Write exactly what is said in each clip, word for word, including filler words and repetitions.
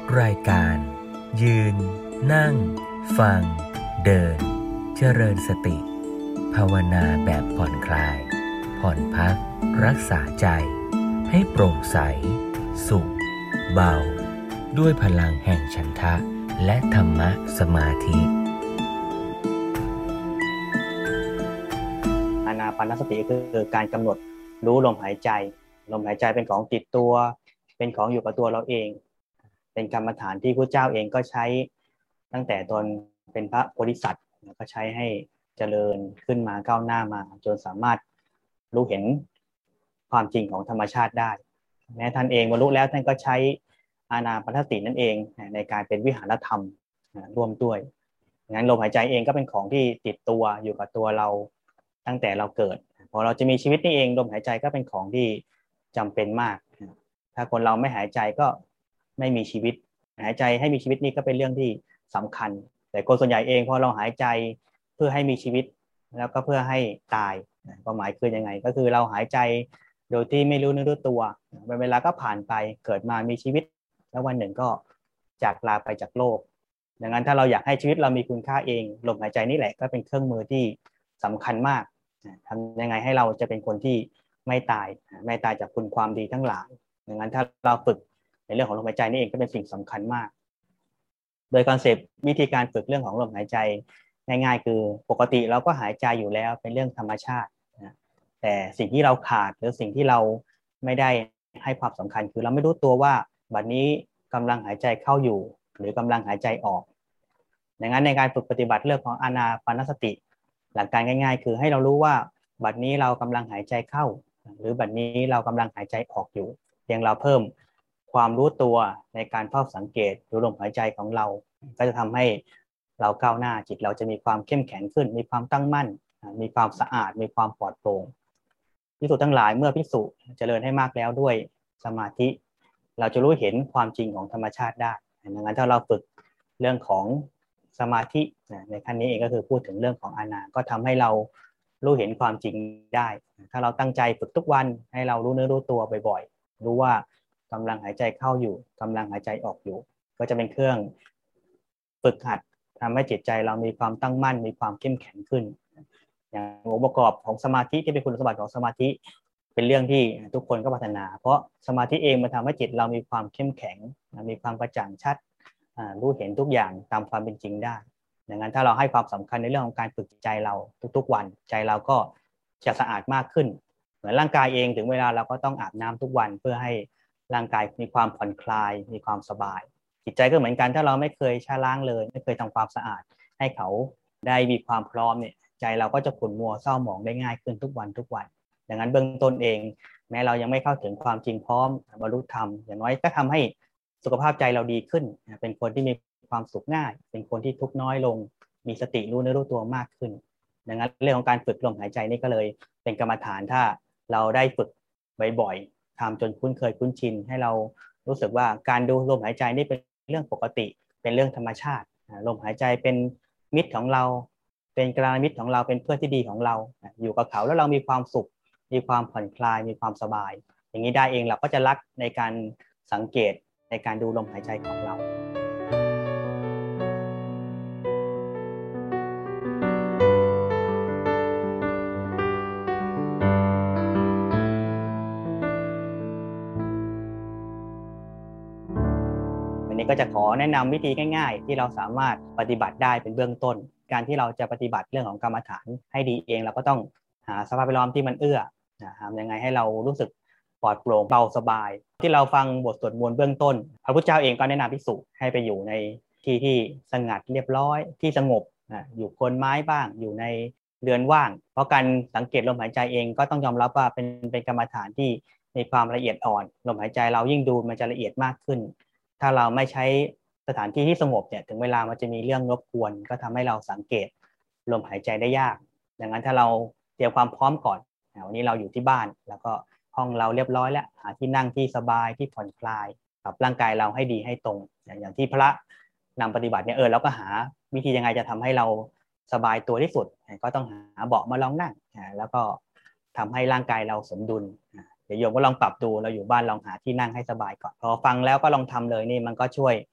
รายการยืนนั่งฟังเดินเจริญสติภาวนาแบบผ่อนคลายผ่อนพักรักษาใจให้โปร่งใสสุขเบาด้วยพลังแห่งฉันทะและธรรมะสมาธิอานาปานสติคือการกำหนดรู้ลมหายใจลมหายใจเป็นของติดตัวเป็นของอยู่กับตัวเราเองเป็นกรรมฐานที่พระเจ้าเองก็ใช้ตั้งแต่ตอนเป็นพระโพธิสัตว์ก็ใช้ให้เจริญขึ้นมาก้าวหน้ามาจนสามารถรู้เห็นความจริงของธรรมชาติได้แม้ท่านเองบรรลุแล้วท่านก็ใช้อานาปานสตินั่นเองในการเป็นวิหารธรรมร่วมด้วยงั้นลมหายใจเองก็เป็นของที่ติดตัวอยู่กับตัวเราตั้งแต่เราเกิดพอเราจะมีชีวิตนี่เองลมหายใจก็เป็นของที่จำเป็นมากถ้าคนเราไม่หายใจก็ไม่มีชีวิตหายใจให้มีชีวิตนี่ก็เป็นเรื่องที่สำคัญแต่คนส่วนใหญ่เองพอเราหายใจเพื่อให้มีชีวิตแล้วก็เพื่อให้ตายความหมายคือยังไงก็คือเราหายใจโดยที่ไม่รู้เนื้อรู้ตัวเวลาก็ผ่านไปเกิดมามีชีวิตแล้ววันหนึ่งก็จากลาไปจากโลกดังนั้นถ้าเราอยากให้ชีวิตเรามีคุณค่าเองลมหายใจนี่แหละก็เป็นเครื่องมือที่สำคัญมากทำยังไงให้เราจะเป็นคนที่ไม่ตายไม่ตายจากคุณความดีทั้งหลายดังนั้นถ้าเราฝึกในเรื่องของลมหายใจนี่เองก็เป็นสิ่งสำคัญมากโดยคอนเซปต์วิธีการฝึกเรื่องของลมหายใจง่ายๆคือปกติเราก็หายใจอยู่แล้วเป็นเรื่องธรรมชาตินะแต่สิ่งที่เราขาดหรือสิ่งที่เราไม่ได้ให้ความสำคัญคือเราไม่รู้ตัวว่าบัดนี้กำลังหายใจเข้าอยู่หรือกำลังหายใจออกดังนั้นในการฝึกปฏิบัติเรื่องของอานาปานสติหลักการง่ายๆคือให้เรารู้ว่าบัดนี้เรากำลังหายใจเข้าหรือบัดนี้เรากำลังหายใจออกอยู่เพียงเราเพิ่มความรู้ตัวในการเฝ้าสังเกตดูลมหายใจของเราก็จะทำให้เราก้าวหน้าจิตเราจะมีความเข้มแข็งขึ้นมีความตั้งมั่นมีความสะอาดมีความปลอดโปร่งภิกษุทั้งหลายเมื่อภิกษุเจริญให้มากแล้วด้วยสมาธิเราจะรู้เห็นความจริงของธรรมชาติได้ดังนั้นถ้าเราฝึกเรื่องของสมาธิในขั้นนี้เองก็คือพูดถึงเรื่องของอานาก็ทำให้เรารู้เห็นความจริงได้ถ้าเราตั้งใจฝึกทุกวันให้เรารู้เนื้อรู้ตัวบ่อยๆรู้ว่ากำลังหายใจเข้าอยู่กำลังหายใจออกอยู่ก็จะเป็นเครื่องฝึกหัดทำให้จิตใจเรามีความตั้งมั่นมีความเข้มแข็งขึ้นอย่างองค์ประกอบของสมาธิที่เป็นคุณสมบัติของสมาธิเป็นเรื่องที่ทุกคนก็พัฒนาเพราะสมาธิเองมันทำให้จิตเรามีความเข้มแข็งมีความกระจ่างชัดรู้เห็นทุกอย่างตามความเป็นจริงได้ดังนั้นถ้าเราให้ความสำคัญในเรื่องของการฝึกใจเราทุกๆวันใจเราก็จะสะอาดมากขึ้นเหมือนร่างกายเองถึงเวลาเราก็ต้องอาบน้ำทุกวันเพื่อให้ร่างกายมีความผ่อนคลายมีความสบายจิตใจก็เหมือนกันถ้าเราไม่เคยชะล้างเลยไม่เคยทำความสะอาดให้เขาได้มีความพร้อมเนี่ยใจเราก็จะขุ่นมัวเศร้าหมองได้ง่ายขึ้นทุกวันทุกวันดังนั้นเบื้องต้นเองแม้เรายังไม่เข้าถึงความจริงพร้อมบรรลุธรรมอย่างน้อยก็ทำให้สุขภาพใจเราดีขึ้นเป็นคนที่มีความสุขง่ายเป็นคนที่ทุกข์น้อยลงมีสติรู้เนื้อรู้ตัวมากขึ้นดังนั้นเรื่องของการฝึกลมหายใจนี่ก็เลยเป็นกรรมฐานถ้าเราได้ฝึกบ่อยๆทำจนคุ้นเคยคุ้นชินให้เรารู้สึกว่าการดูลมหายใจนี่เป็นเรื่องปกติเป็นเรื่องธรรมชาติลมหายใจเป็นมิตรของเราเป็นกัลยาณมิตรของเราเป็นเพื่อนที่ดีของเราอยู่กับเขาแล้วเรามีความสุขมีความผ่อนคลายมีความสบายอย่างนี้ได้เองเราก็จะรักในการสังเกตในการดูลมหายใจของเราวันนี้ก็จะขอแนะนำวิธีง่ายๆที่เราสามารถปฏิบัติได้เป็นเบื้องต้นการที่เราจะปฏิบัติเรื่องของกรรมฐานให้ดีเองเราก็ต้องหาสภาพแวดล้อมที่มันเอื้อทำยังไงให้เรารู้สึกปลอดโปร่งเบาสบายที่เราฟังบทสวดมนต์เบื้องต้นพระพุทธเจ้าเองก็แนะนำภิกษุให้ไปอยู่ในที่ที่สงัดเรียบร้อยที่สงบอยู่โคนไม้บ้างอยู่ในเรือนว่างเพราะการสังเกตลมหายใจเองก็ต้องยอมรับว่าเป็นเป็นกรรมฐานที่มีความละเอียดอ่อนลมหายใจเรายิ่งดูมันจะละเอียดมากขึ้นถ้าเราไม่ใช้สถานที่ที่สงบเนี่ยถึงเวลามันจะมีเรื่องรบกวนก็ทำให้เราสังเกตลมหายใจได้ยากดังนั้นถ้าเราเตรียมความพร้อมก่อนวันนี้เราอยู่ที่บ้านแล้วก็ห้องเราเรียบร้อยแล้วหาที่นั่งที่สบายที่ผ่อนคลายปรับร่างกายเราให้ดีให้ตรงอย่างที่พระนำปฏิบัติเนี่ยเออเราก็หาวิธียังไงจะทำให้เราสบายตัวที่สุดก็ต้องหาเบาะมาลองนั่งแล้วก็ทำให้ร่างกายเราสมดุลเดี๋ยวโยมก็ลองปรับดูเราอยู่บ้านลองหาที่นั่งให้สบายก่อนพอฟังแล้วก็ลองทำเลยนี่มันก็ช่วย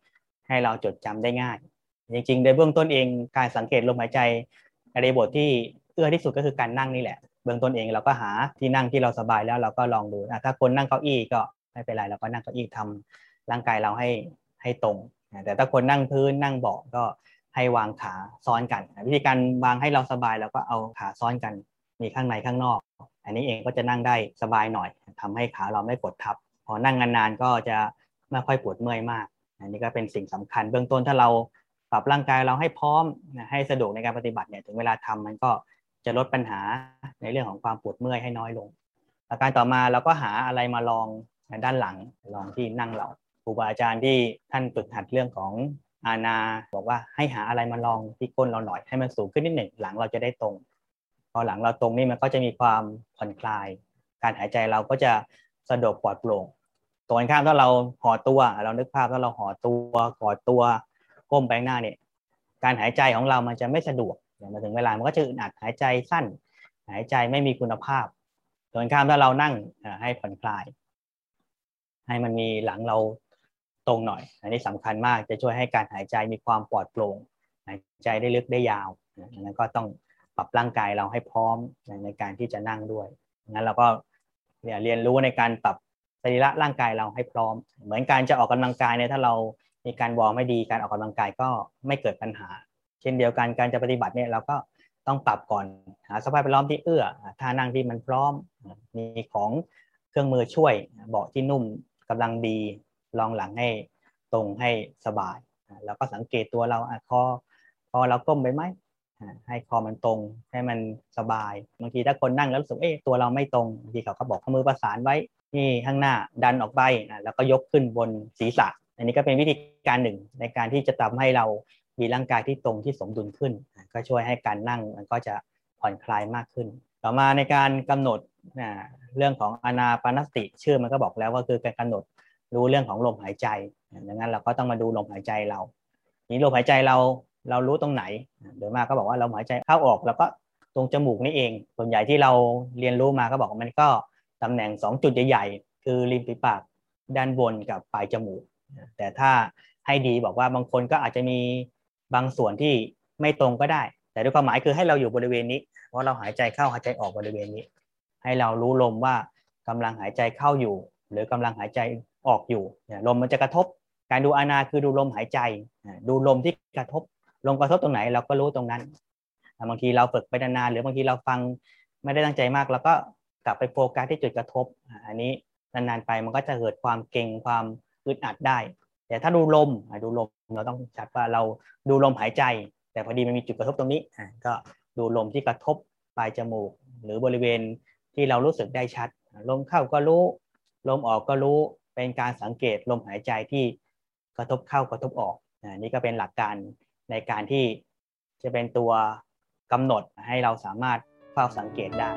ให้เราจดจำได้ง่ายจริงๆในเบื้องต้นเองการสังเกตลมหายใจในบทที่เอื้อที่สุดก็คือการนั่งนี่แหละเบื้องต้นเองเราก็หาที่นั่งที่เราสบายแล้วเราก็ลองดูถ้าคนนั่งเก้าอี้ก็ไม่เป็นไรเราก็นั่งเก้าอี้ทำร่างกายเราให้ให้ตรงแต่ถ้าคนนั่งพื้นนั่งเบาะก็ให้วางขาซ้อนกันวิธีการวางให้เราสบายเราก็เอาขาซ้อนกันมีข้างในข้างนอกอันนี้เองก็จะนั่งได้สบายหน่อยทำให้ขาเราไม่กดทับพอนั่งนานๆก็จะไม่ค่อยปวดเมื่อยมากอันนี้ก็เป็นสิ่งสำคัญเบื้องต้นถ้าเราปรับร่างกายเราให้พร้อมให้สะดวกในการปฏิบัติเนี่ยถึงเวลาทำมันก็จะลดปัญหาในเรื่องของความปวดเมื่อยให้น้อยลงอาการต่อมาเราก็หาอะไรมาลองด้านหลังลองที่นั่งเราครูบาอาจารย์ที่ท่านฝึกหัดเรื่องของอานาบอกว่าให้หาอะไรมาลองที่ก้นเราหน่อยให้มันสูงขึ้นนิดหนึ่งหลังเราจะได้ตรงพอหลังเราตรงนี่มันก็จะมีความผ่อนคลายการหายใจเราก็จะสะดวกปลอดโปร่งตรงกันข้ามถ้าเราห่อตัวเรานึกภาพถ้าเราห่อตัวกอดตัวก้มไปข้างหน้าเนี่ยการหายใจของเรามันจะไม่สะดวกอย่างมาถึงเวลามันก็จะอึดอัดหายใจสั้นหายใจไม่มีคุณภาพตรงกันข้ามถ้าเรานั่งให้ผ่อนคลายให้มันมีหลังเราตรงหน่อยอันนี้สำคัญมากจะช่วยให้การหายใจมีความปลอดโปร่งหายใจได้ลึกได้ยาวดังนั้นก็ต้องปรับร่างกายเราให้พร้อมในการที่จะนั่งด้วยงั้นเราก็เรียนรู้ในการปรับสรีระร่างกายเราให้พร้อมเหมือนการจะออกกำลังกายเนี่ยถ้าเรามีการวอร์มไม่ดีการออกกำลังกายก็ไม่เกิดปัญหาเช่นเดียวกันการจะปฏิบัติเนี่ยเราก็ต้องปรับก่อนหาสภาพแวดล้อมที่เอื้อท่านั่งที่มันพร้อมมีของเครื่องมือช่วยเบาะที่นุ่มกำลังดีรองหลังให้ตรงให้สบายแล้วก็สังเกตตัวเราคอคอเราก้มไปไหมให้คอมันตรงให้มันสบายบางทีถ้าคนนั่งแล้วรู้สึกเอ๊ะตัวเราไม่ตรงบางทีเขาก็บอกข้อมือประสานไว้ที่ข้างหน้าดันออกไปแล้วก็ยกขึ้นบนศีรษะอันนี้ก็เป็นวิธีการหนึ่งในการที่จะทำให้เรามีร่างกายที่ตรงที่สมดุลขึ้นก็ช่วยให้การนั่งมันก็จะผ่อนคลายมากขึ้นต่อมาในการกำหนดเรื่องของอานาปานสติชื่อมันก็บอกแล้วว่าคือการกำหนดรู้เรื่องของลมหายใจดังนั้นเราก็ต้องมาดูลมหายใจเรานี้ลมหายใจเราเรารู้ตรงไหนโดยมากก็บอกว่าลมหายใจเข้าออกแล้วก็ตรงจมูกนี่เองส่วนใหญ่ที่เราเรียนรู้มาก็บอกว่ามันก็ตำแหน่งสองจุดใหญ่ๆคือริมฝีปากด้านบนกับปลายจมูกแต่ถ้าให้ดีบอกว่าบางคนก็อาจจะมีบางส่วนที่ไม่ตรงก็ได้แต่ด้วยความหมายคือให้เราอยู่บริเวณนี้เพราะเราหายใจเข้าหายใจออกบริเวณนี้ให้เรารู้ลมว่ากำลังหายใจเข้าอยู่หรือกำลังหายใจออกอยู่เนี่ยลมมันจะกระทบการดูอานาคือดูลมหายใจดูลมที่กระทบลมกระทบตรงไหนเราก็รู้ตรงนั้นบางทีเราฝึกไปนานๆหรือบางทีเราฟังไม่ได้ตั้งใจมากเราก็กลับไปโฟกัสที่จุดกระทบอันนี้นานๆไปมันก็จะเกิดความเกร็งความอึดอัดได้แต่ถ้าดูลมดูลมเราต้องชัดว่าเราดูลมหายใจแต่พอดีมันมีจุดกระทบตรงนี้ก็ดูลมที่กระทบปลายจมูกหรือบริเวณที่เรารู้สึกได้ชัดลมเข้าก็รู้ลมออกก็รู้เป็นการสังเกตลมหายใจที่กระทบเข้ากระทบออกนี่ก็เป็นหลักการในการที่จะเป็นตัวกำหนดให้เราสามารถเฝ้าสังเกตได้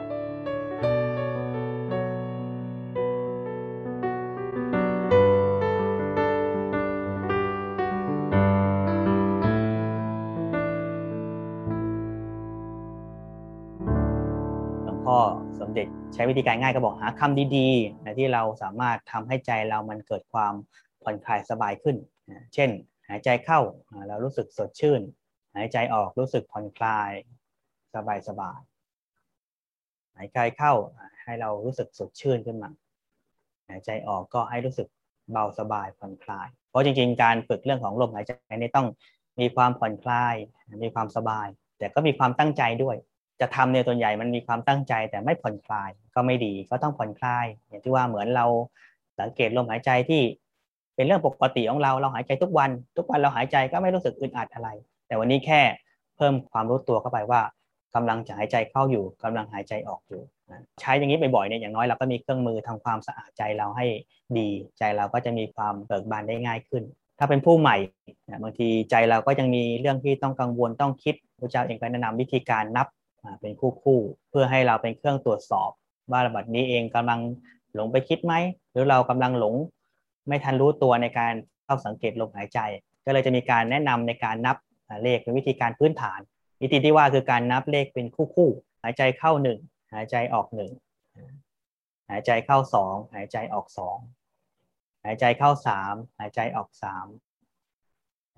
พ่อสมเด็จใช้วิธีการง่ายก็บอกหาคำดีๆนะที่เราสามารถทำให้ใจเรามันเกิดความผ่อนคลายสบายขึ้นเช่นหายใจเข้าเรารู้สึกสดชื่นหายใจออกรู้สึกผ่อนคลายสบายสบายหายใจเข้าให้เรารู้สึกสดชื่นขึ้นมาหายใจออกก็ให้รู้สึกเบาสบายผ่อนคลายเพราะจริงๆการฝึกเรื่องของลมหายใจนี่ต้องมีความผ่อนคลายมีความสบายแต่ก็มีความตั้งใจด้วยจะทำในตัวใหญ่มันมีความตั้งใจแต่ไม่ผ่อนคลายก็ไม่ดีก็ต้องผ่อนคลายอย่างที่ว่าเหมือนเราสังเกตลมหายใจที่เป็นเรื่องปกติของเราเราหายใจทุกวันทุกวันเราหายใจก็ไม่รู้สึกอึดอัดอะไรแต่วันนี้แค่เพิ่มความรู้ตัวเข้าไปว่ากำลังจะหายใจเข้าอยู่กำลังหายใจออกอยู่ใช้อย่างนี้บ่อยๆเนี่ยอย่างน้อยเราก็มีเครื่องมือทำความสะอาดใจเราให้ดีใจเราก็จะมีความเบิกบานได้ง่ายขึ้นถ้าเป็นผู้ใหม่บางทีใจเราก็ยังมีเรื่องที่ต้องกังวลต้องคิดพระเจ้าเองก็แนะนำวิธีการนับเป็นคู่ๆเพื่อให้เราเป็นเครื่องตรวจสอบว่าบัดนี้เองกำลังหลงไปคิดไหมหรือเรากำลังหลงไม่ทันรู้ตัวในการเข้าสังเกตลมหายใจก็เลยจะมีการแนะนำในการนับเลขเป็นวิธีการพื้นฐานวิธีที่ว่าคือการนับเลขเป็นคู่ๆหายใจเข้าหนึ่งหายใจออกหนึ่งหายใจเข้าสองหายใจออกสองหายใจเข้าสามหายใจออกสาม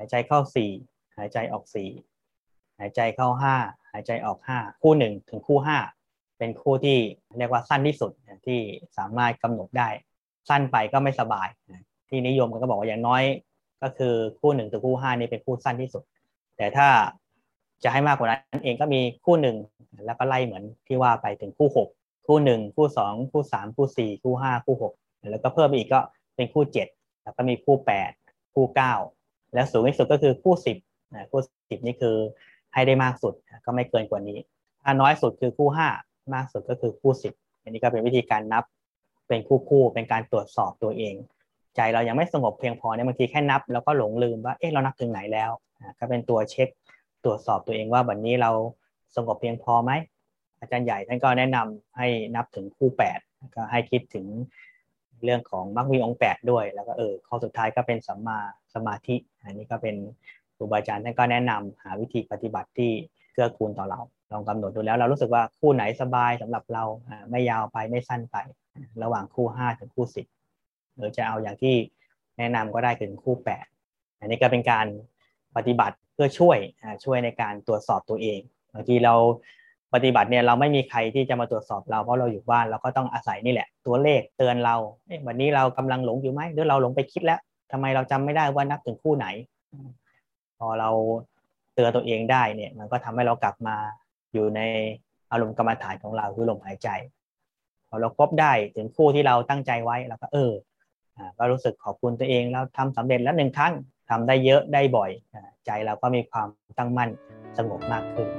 ายใจเข้าสี่หายใจออกสี่หายใจเข้าห้าหายใจออกห้าคู่หนึ่งถึงคู่ห้าเป็นคู่ที่เรียกว่าสั้นที่สุดที่สามารถกำหนดได้สั้นไปก็ไม่สบายที่นิยมก็บอกว่าอย่างน้อยก็คือคู่หนึ่งถึงคู่ห้านี่เป็นคู่สั้นที่สุดแต่ถ้าจะให้มากกว่านั้นเองก็มีคู่หนึ่งแล้วก็ไล่เหมือนที่ว่าไปถึงคู่หกคู่หนึ่งคู่สองคู่สามคู่สี่คู่ห้าคู่หกแล้วก็เพิ่มอีกก็เป็นคู่เจ็ดแล้วก็มีคู่แปดคู่เก้าแล้วสูงที่สุดก็คือคู่สิบนะคู่สิบนี่คือให้ได้มากสุดก็ไม่เกินกว่านี้ถ้าน้อยสุดคือคู่ห้ามากสุดก็คือคู่สิบอันนี้ก็เป็นวิธีการนับเป็นคู่ๆเป็นการตรวจสอบตัวเองใจเรายังไม่สงบเพียงพอเนี่ยบางทีแค่นับแล้วก็หลงลืมว่าเอ๊ะเรานับถึงไหนแล้วก็เป็นตัวเช็คตรวจสอบตัวเองว่าวันนี้เราสงบเพียงพอไหมอาจารย์ใหญ่ท่านก็แนะนำให้นับถึงคู่แปดก็ให้คิดถึงเรื่องของมรรคมีองค์แปดด้วยแล้วก็เออข้อสุดท้ายก็เป็นสัมมาสมาธิอันนี้ก็เป็นครูบาอาจารย์ท่านก็แนะนำหาวิธีปฏิบัติที่เกื้อกูลต่อเราลองกำหนดดูแล้วเรารู้สึกว่าคู่ไหนสบายสำหรับเราไม่ยาวไปไม่สั้นไประหว่างคู่ห้าถึงคู่สิบหรือจะเอาอย่างที่แนะนำก็ได้ถึงคู่แปดอันนี้ก็เป็นการปฏิบัติเพื่อช่วยช่วยในการตรวจสอบตัวเองบางทีเราปฏิบัติเนี่ยเราไม่มีใครที่จะมาตรวจสอบเราเพราะเราอยู่บ้านเราก็ต้องอาศัยนี่แหละตัวเลขเตือนเราวันนี้เรากำลังหลงอยู่ไหมหรือเราหลงไปคิดแล้วทำไมเราจำไม่ได้ว่านับถึงคู่ไหนพอเราเตือนตัวเองได้เนี่ยมันก็ทำให้เรากลับมาอยู่ในอารมณ์กรรมฐานของเราคือลมหายใจพอเราพบได้ถึงคู่ที่เราตั้งใจไว้แล้วก็เออก็รู้สึกขอบคุณตัวเองแล้วทำสำเร็จแล้วหนึ่งครั้งทำได้เยอะได้บ่อยใจเราก็มีความตั้งมั่นสงบมากขึ้น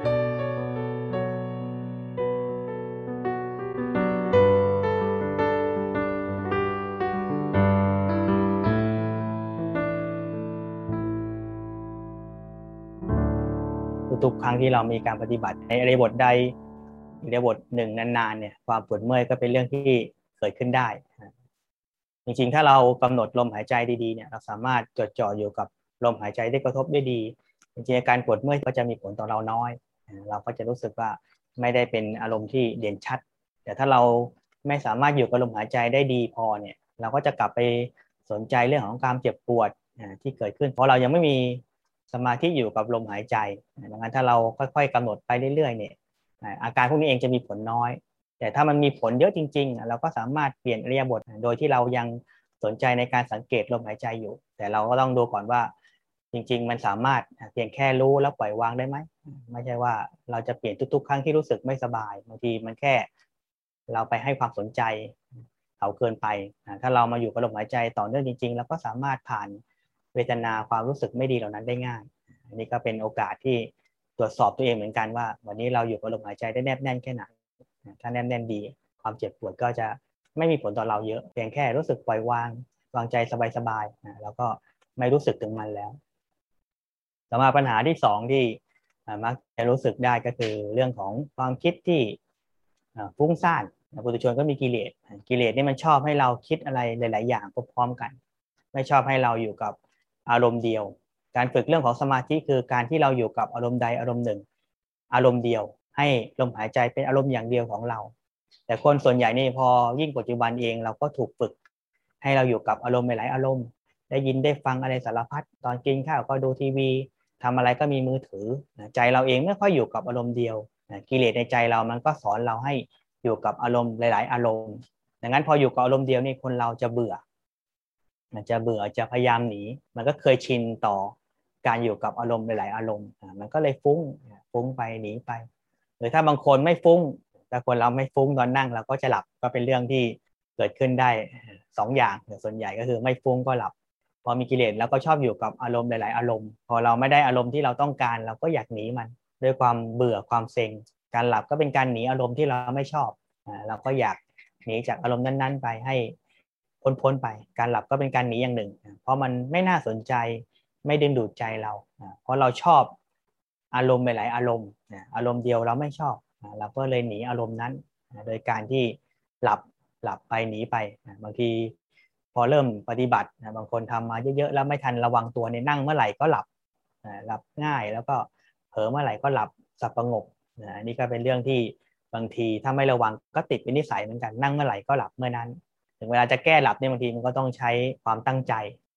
ทุกครั้งที่เรามีการปฏิบัติในอิริยาบถใดอิริยาบถหนึ่งนานๆเนี่ยความปวดเมื่อยก็เป็นเรื่องที่เกิดขึ้นได้จริงๆถ้าเรากำหนดลมหายใจดีๆเนี่ยเราสามารถจดจ่ออยู่กับลมหายใจได้กระทบได้ดีจริงๆอาการปวดเมื่อยก็จะมีผลต่อเราน้อยเราก็จะรู้สึกว่าไม่ได้เป็นอารมณ์ที่เด่นชัดแต่ถ้าเราไม่สามารถอยู่กับลมหายใจได้ดีพอเนี่ยเราก็จะกลับไปสนใจเรื่องของการเจ็บปวดที่เกิดขึ้นเพราะเรายังไม่มีสมาธิอยู่กับลมหายใจดังนั้นถ้าเราค่อยๆกำหนดไปเรื่อยๆเนี่ยอาการพวกนี้เองจะมีผลน้อยแต่ถ้ามันมีผลเยอะจริงๆเราก็สามารถเปลี่ยนอิริยาบถโดยที่เรายังสนใจในการสังเกตลมหายใจอยู่แต่เราก็ต้องดูก่อนว่าจริงๆมันสามารถเพียงแค่รู้แล้วปล่อยวางได้ไหมไม่ใช่ว่าเราจะเปลี่ยนทุกๆครั้งที่รู้สึกไม่สบายบางทีมันแค่เราไปให้ความสนใจเขาเกินไปถ้าเรามาอยู่กับลมหายใจต่อเนื่องจริงๆเราก็สามารถผ่านเวทนาความรู้สึกไม่ดีเหล่านั้นได้ง่ายอันนี้ก็เป็นโอกาสที่ตรวจสอบตัวเองเหมือนกันว่าวันนี้เราอยู่กับลมหายใจได้แนบแน่นแค่ไหนถ้าแนบแน่นดีความเจ็บปวดก็จะไม่มีผลต่อเราเยอะเพียงแค่รู้สึกปล่อยวางวางใจสบายๆนะแล้วก็ไม่รู้สึกถึงมันแล้วต่อมาปัญหาที่สองที่มักจะรู้สึกได้ก็คือเรื่องของความคิดที่ฟุ้งซ่านปุถุชนก็มีกิเลสกิเลสนี่มันชอบให้เราคิดอะไรหลายๆอย่างพร้อมๆกันไม่ชอบให้เราอยู่กับอารมณ์เดียวการฝึกเรื่องของสมาธิคือการที่เราอยู่กับอารมณ์ใดอารมณ์หนึ่งอารมณ์เดียวให้ลมหายใจเป็นอารมณ์อย่างเดียวของเราแต่คนส่วนใหญ่นี่พอยิ่งปัจจุบันเองเราก็ถูกฝึกให้เราอยู่กับอารมณ์หลายอารมณ์ได้ยินได้ฟังอะไรสารพัดตอนกินข้าวก็ดูทีวีทำอะไรก็มีมือถือใจเราเองไม่ค่อยอยู่กับอารมณ์เดียวกิเลสในใจเรามันก็สอนเราให้อยู่กับอารมณ์หลายๆอารมณ์ดังนั้นพออยู่กับอารมณ์เดียวนี่คนเราจะเบื่อมันจะเบื่อจะพยายามหนีมันก็เคยชินต่อการอยู่กับอารมณ์หลายๆอารมณ์มันก็เลยฟุ้งฟุ้งไปหนีไปหรือถ้าบางคนไม่ฟุ้งแต่คนเราไม่ฟุ้งตอนนั่งเราก็จะหลับก็เป็นเรื่องที่เกิดขึ้นได้สองอย่างส่วนใหญ่ก็คือไม่ฟุ้งก็หลับพอมีกิเลสแล้วก็ชอบอยู่กับอารมณ์หลายๆอารมณ์พอเราไม่ได้อารมณ์ที่เราต้องการเราก็อยากหนีมันด้วยความเบื่อความเซ็งการหลับก็เป็นการหนีอารมณ์ที่เราไม่ชอบเราก็อยากหนีจากอารมณ์นั้นๆไปให้พ้นๆไปการหลับก็เป็นการหนีอย่างหนึ่งเพราะมันไม่น่าสนใจไม่ดึงดูดใจเราเพราะเราชอบอารมณ์หลายๆอารมณ์อารมณ์เดียวเราไม่ชอบเราก็เลยหนีอารมณ์นั้นโดยการที่หลับหลับไปหนีไปบางทีพอเริ่มปฏิบัติบางคนทำมาเยอะๆแล้วไม่ทันระวังตัวในนั่งเมื่อไหร่ก็หลับหลับง่ายแล้วก็เผลอเมื่อไหร่ก็หลับสับประงกอันนี้ก็เป็นเรื่องที่บางทีถ้าไม่ระวังก็ติดเป็นนิสัยเหมือนกันนั่งเมื่อไหร่ก็หลับเมื่อนั้นถึงเวลาจะแก้หลับเนี่ยบางทีมันก็ต้องใช้ความตั้งใจ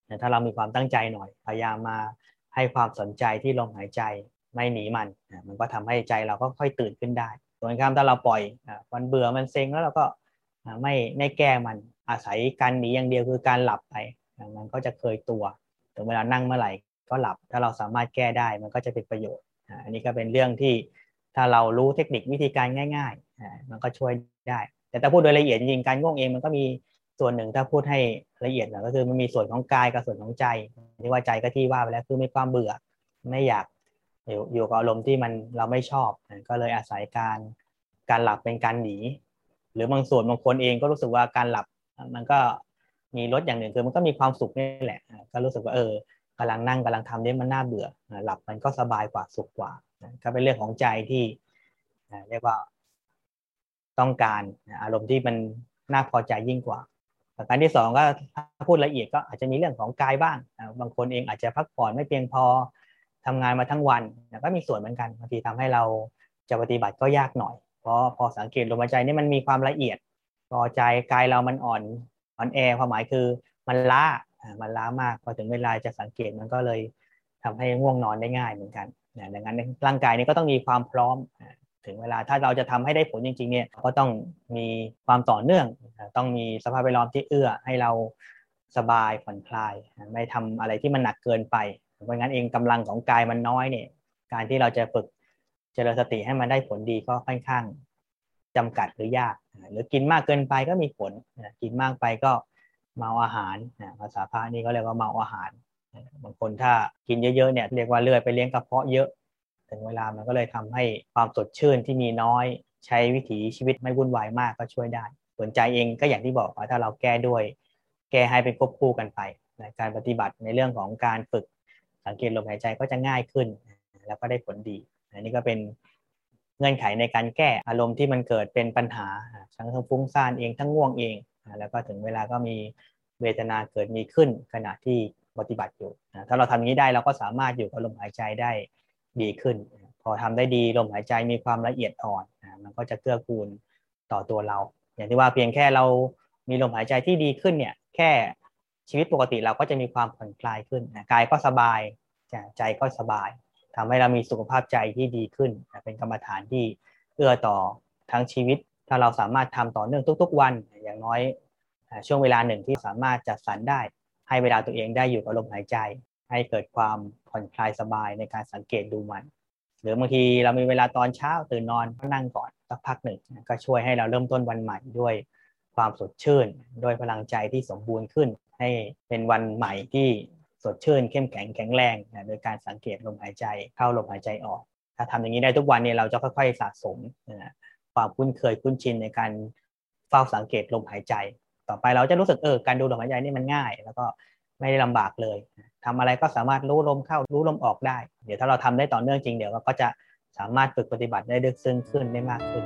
ถ้าเรามีความตั้งใจหน่อยพยายามมาให้ความสนใจที่ลมหายใจไม่หนีมันมันก็ทำให้ใจเราก็ค่อยตื่นขึ้นได้ส่วนข้ามถ้าเราปล่อยมันเบื่อมันเซ็งแล้วเราก็ไม่ไม่แก้มันอาศัยการหนีอย่างเดียวคือการหลับไปมันก็จะเคยตัวถึงเวลานั่งเมื่อไหร่ก็หลับถ้าเราสามารถแก้ได้มันก็จะเป็นประโยชน์อันนี้ก็เป็นเรื่องที่ถ้าเรารู้เทคนิควิธีการง่ายๆมันก็ช่วยได้แต่ถ้าพูดโดยละเอียดจริงๆการง่วงเองมันก็มีส่วนหนึ่งถ้าพูดให้ละเอียดหน่อยก็คือมันมีส่วนของกายกับส่วนของใจที่ว่าใจก็ที่ว่าไปแล้วคือมีความเบื่อไม่อยากอยู่อยู่กับอารมณ์ที่มันเราไม่ชอบก็เลยอาศัยการการหลับเป็นการหนีหรือบางส่วนบางคนเองก็รู้สึกว่าการหลับมันก็มีลดอย่างหนึ่งคือมันก็มีความสุขนี่แหละก็รู้สึกว่าเออกำลังนั่งกำลังทำนี่มันน่าเบื่อหลับมันก็สบายกว่าสุขกว่าก็เป็นเรื่องของใจที่เรียกว่าต้องการอารมณ์ที่มันน่าพอใจยิ่งกว่าประการที่สองก็ถ้าพูดละเอียดก็อาจจะมีเรื่องของกายบ้างบางคนเองอาจจะพักผ่อนไม่เพียงพอทำงานมาทั้งวันก็มีส่วนเหมือนกันบางทีทำให้เราจะปฏิบัติก็ยากหน่อยเพราะพอสังเกตลมหายใจนี่มันมีความละเอียดพอใจกายเรามันอ่อนอ่อนแอความหมายคือมันล้ามันล้ามากพอถึงเวลาจะสังเกตมันก็เลยทำให้ง่วงนอนได้ง่ายเหมือนกันดังนั้นร่างกายนี้ก็ต้องมีความพร้อมถึงเวลาถ้าเราจะทำให้ได้ผลจริงๆเนี่ยก็ต้องมีความต่อเนื่องต้องมีสภาพแวดล้อมที่เอื้อให้เราสบายผ่อนคลายไม่ทำอะไรที่มันหนักเกินไปเพราะงั้นเองกำลังของกายมันน้อยเนี่ยการที่เราจะฝึกเจริญสติให้มันได้ผลดีก็ค่อนข้างจำกัดหรือยากหรือกินมากเกินไปก็มีผลกินมากไปก็เมาอาหารภาษาพระนี่ก็เรียกว่าเมาอาหารบางคนถ้ากินเยอะๆเนี่ยเรียกว่าเลือดไปเลี้ยงกระเพาะเยอะถึงเวลามันก็เลยทำให้ความสดชื่นที่มีน้อยใช้วิถีชีวิตไม่วุ่นวายมากก็ช่วยได้ส่วนใจเองก็อย่างที่บอกว่าถ้าเราแก้ด้วยแก้ให้เป็นควบคู่กันไปการปฏิบัติในเรื่องของการฝึกสังเกตลมหายใจก็จะง่ายขึ้นแล้วก็ได้ผลดีอันนี้ก็เป็นเงื่อนไขในการแก้อารมณ์ที่มันเกิดเป็นปัญหาทั้งทั้งฟุ้งซ่านเองทั้งง่วงเองแล้วก็ถึงเวลาก็มีเวทนาเกิดมีขึ้นขณะที่ปฏิบัติอยู่ถ้าเราทำอย่างนี้ได้เราก็สามารถอยู่กับลมหายใจได้ดีขึ้นพอทำได้ดีลมหายใจมีความละเอียดอ่อนมันก็จะเกื้อกูลต่อตัวเราอย่างที่ว่าเพียงแค่เรามีลมหายใจที่ดีขึ้นเนี่ยแค่ชีวิตปกติเราก็จะมีความผ่อนคลายขึ้นกายก็สบายใจก็สบายทำให้เรามีสุขภาพใจที่ดีขึ้นเป็นกรรมฐานที่เอื้อต่อทั้งชีวิตถ้าเราสามารถทำต่อเนื่องทุกๆวันอย่างน้อยช่วงเวลาหนึ่งที่สามารถจัดสรรได้ให้เวลาตัวเองได้อยู่กับลมหายใจให้เกิดความผ่อนคลายสบายในการสังเกตดูมันหรือบางทีเรามีเวลาตอนเช้าตื่นนอนก็นั่งก่อนสักพักหนึ่งก็ช่วยให้เราเริ่มต้นวันใหม่ด้วยความสดชื่นด้วยพลังใจที่สมบูรณ์ขึ้นให้เป็นวันใหม่ที่สดชื่นเข้มแข็งแข็งแรงนะโดยการสังเกตลมหายใจเข้าลมหายใจออกถ้าทำอย่างนี้ได้ทุกวันเนี่ยเราจะค่อยๆสะสมนะความคุ้นเคยคุ้นชินในการเฝ้าสังเกตลมหายใจต่อไปเราจะรู้สึกเออการดูลมหายใจนี่มันง่ายแล้วก็ไม่ได้ลำบากเลยทำอะไรก็สามารถรู้ลมเข้ารู้ลมออกได้เดี๋ยวถ้าเราทำได้ต่อเนื่องจริงเดี๋ยวเราก็จะสามารถฝึกปฏิบัติได้ลึกซึ้งขึ้นได้มากขึ้น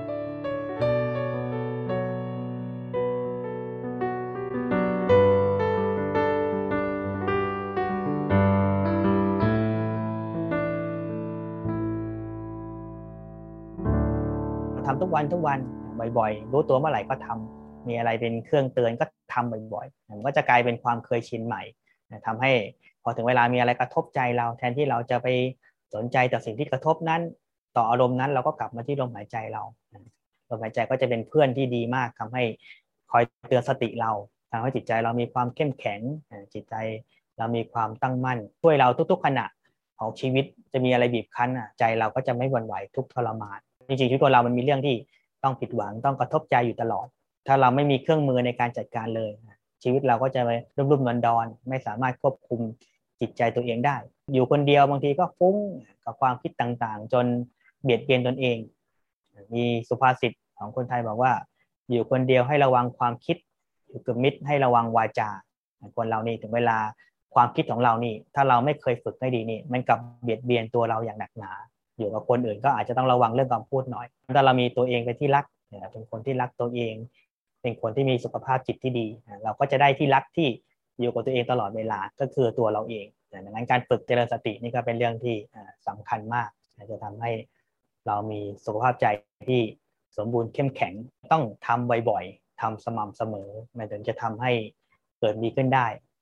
ทำทุกวันทุกวันบ่อยๆรู้ตัวเมื่อไหร่ก็ทำมีอะไรเป็นเครื่องเตือนก็ทำบ่อยๆมันก็จะกลายเป็นความเคยชินใหม่ทำให้พอถึงเวลามีอะไรกระทบใจเราแทนที่เราจะไปสนใจต่อสิ่งที่กระทบนั้นต่ออารมณ์นั้นเราก็กลับมาที่ลมหายใจเราลมหายใจก็จะเป็นเพื่อนที่ดีมากทำให้คอยเตือนสติเราทำให้จิตใจเรามีความเข้มแข็งจิตใจเรามีความตั้งมั่นช่วยเราทุกๆขณะของชีวิตจะมีอะไรบีบคั้นใจเราก็จะไม่หวั่นไหวทุกทรมานจริงๆชีวิตของเรามันมีเรื่องที่ต้องผิดหวังต้องกระทบใจอยู่ตลอดถ้าเราไม่มีเครื่องมือในการจัดการเลยชีวิตเราก็จะไปรุ่มๆดอนๆไม่สามารถควบคุมจิตใจตัวเองได้อยู่คนเดียวบางทีก็ฟุ้งกับความคิดต่างๆจนเบียดเบียนตนเองมีสุภาษิตของคนไทยบอกว่าอยู่คนเดียวให้ระวังความคิดอยู่กับมิตรให้ระวังวาจาคนเรานี่ถึงเวลาความคิดของเรานี่ถ้าเราไม่เคยฝึกให้ดีนี่มันกลับเบียดเบียนตัวเราอย่างหนักหนาอยู่กับคนอื่นก็อาจจะต้องระวังเรื่องการพูดหน่อยถ้าเรามีตัวเองเป็นที่รักเป็นคนที่รักตัวเองเป็นคนที่มีสุขภาพจิตที่ดีเราก็จะได้ที่รักที่อยู่กับตัวเองตลอดเวลาก็คือตัวเราเองดังนั้นการฝึกเจริญสตินี่ก็เป็นเรื่องที่สำคัญมากจะทำให้เรามีสุขภาพใจที่สมบูรณ์เข้มแข็งต้องทำบ่อยๆทำสม่ำเสมอมันถึงจะทำให้เกิดดีขึ้นได้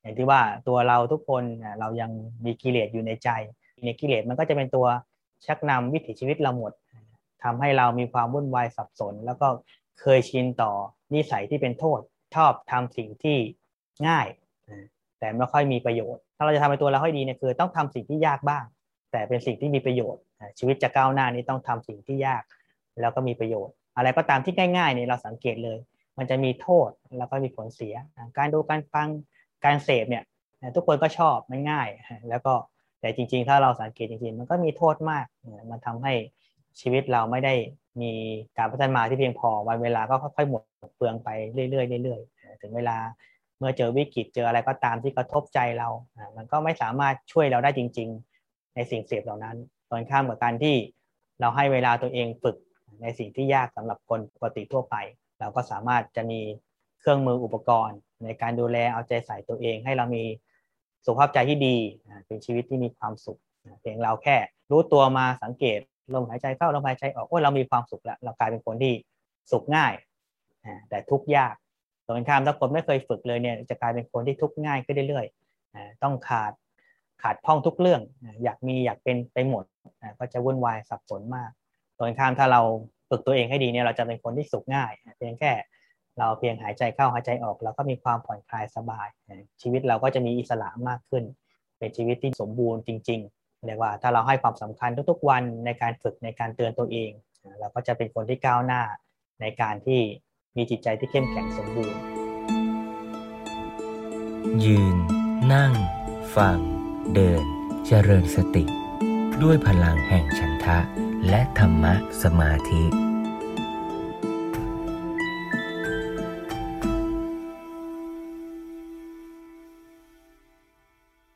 อย่างที่ว่าตัวเราทุกคนเรายังมีกิเลสอยู่ในใจในกิเลสมันก็จะเป็นตัวชักนำวิถีชีวิตเราหมดทำให้เรามีความวุ่นวายสับสนแล้วก็เคยชินต่อนิสัยที่เป็นโทษชอบทำสิ่งที่ง่ายแต่ไม่ค่อยมีประโยชน์ถ้าเราจะทำให้ตัวเราให้ดีเนี่ยคือต้องทำสิ่งที่ยากบ้างแต่เป็นสิ่งที่มีประโยชน์ชีวิตจะก้าวหน้านี้ต้องทำสิ่งที่ยากแล้วก็มีประโยชน์อะไรก็ตามที่ง่ายๆเนี่ยเราสังเกตเลยมันจะมีโทษแล้วก็มีผลเสียการดูการฟังการเสพเนี่ยทุกคนก็ชอบมันง่ายแล้วก็แต่จริงๆถ้าเราสังเกตจริงๆมันก็มีโทษมากมันทำให้ชีวิตเราไม่ได้มีการพัฒนาที่เพียงพอวันเวลาก็ค่อยๆหมดเปลืองไปเรื่อยๆเรื่อยๆถึงเวลาเมื่อเจอวิกฤตเจออะไรก็ตามที่กระทบใจเรามันก็ไม่สามารถช่วยเราได้จริงๆในสิ่งเสพเหล่านั้นตรงข้ามกับการที่เราให้เวลาตัวเองฝึกในสิ่งที่ยากสำหรับคนปกติทั่วไปเราก็สามารถจะมีเครื่องมืออุปกรณ์ในการดูแลเอาใจใส่ตัวเองให้เรามีสุขภาพใจที่ดีเป็นชีวิตที่มีความสุขเพียงเราแค่รู้ตัวมาสังเกตลมหายใจเข้าลมหายใจออกโอ้เรามีความสุขแล้วเรากลายเป็นคนที่สุขง่ายแต่ทุกข์ยากตรงข้ามถ้าคนไม่เคยฝึกเลยเนี่ยจะกลายเป็นคนที่ทุกข์ง่ายขึ้นเรื่อยๆต้องขาดขาดพ้องทุกเรื่องอยากมีอยากเป็นไปหมดก็จะวุ่นวายสับสนมากตรงข้ามถ้าเราฝึกตัวเองให้ดีเนี่ยเราจะเป็นคนที่สุขง่ายเพียงแค่เราเพียงหายใจเข้าหายใจออกเราก็มีความผ่อนคลายสบายชีวิตเราก็จะมีอิสระมากขึ้นเป็นชีวิตที่สมบูรณ์จริงๆเรียกว่าถ้าเราให้ความสำคัญทุกๆวันในการฝึกในการเตือนตัวเองเราก็จะเป็นคนที่ก้าวหน้าในการที่มีจิตใจที่เข้มแข็งสมบูรณ์ยืนนั่งฟังเดินเจริญสติด้วยพลังแห่งฉันทะและธรรมะสมาธิ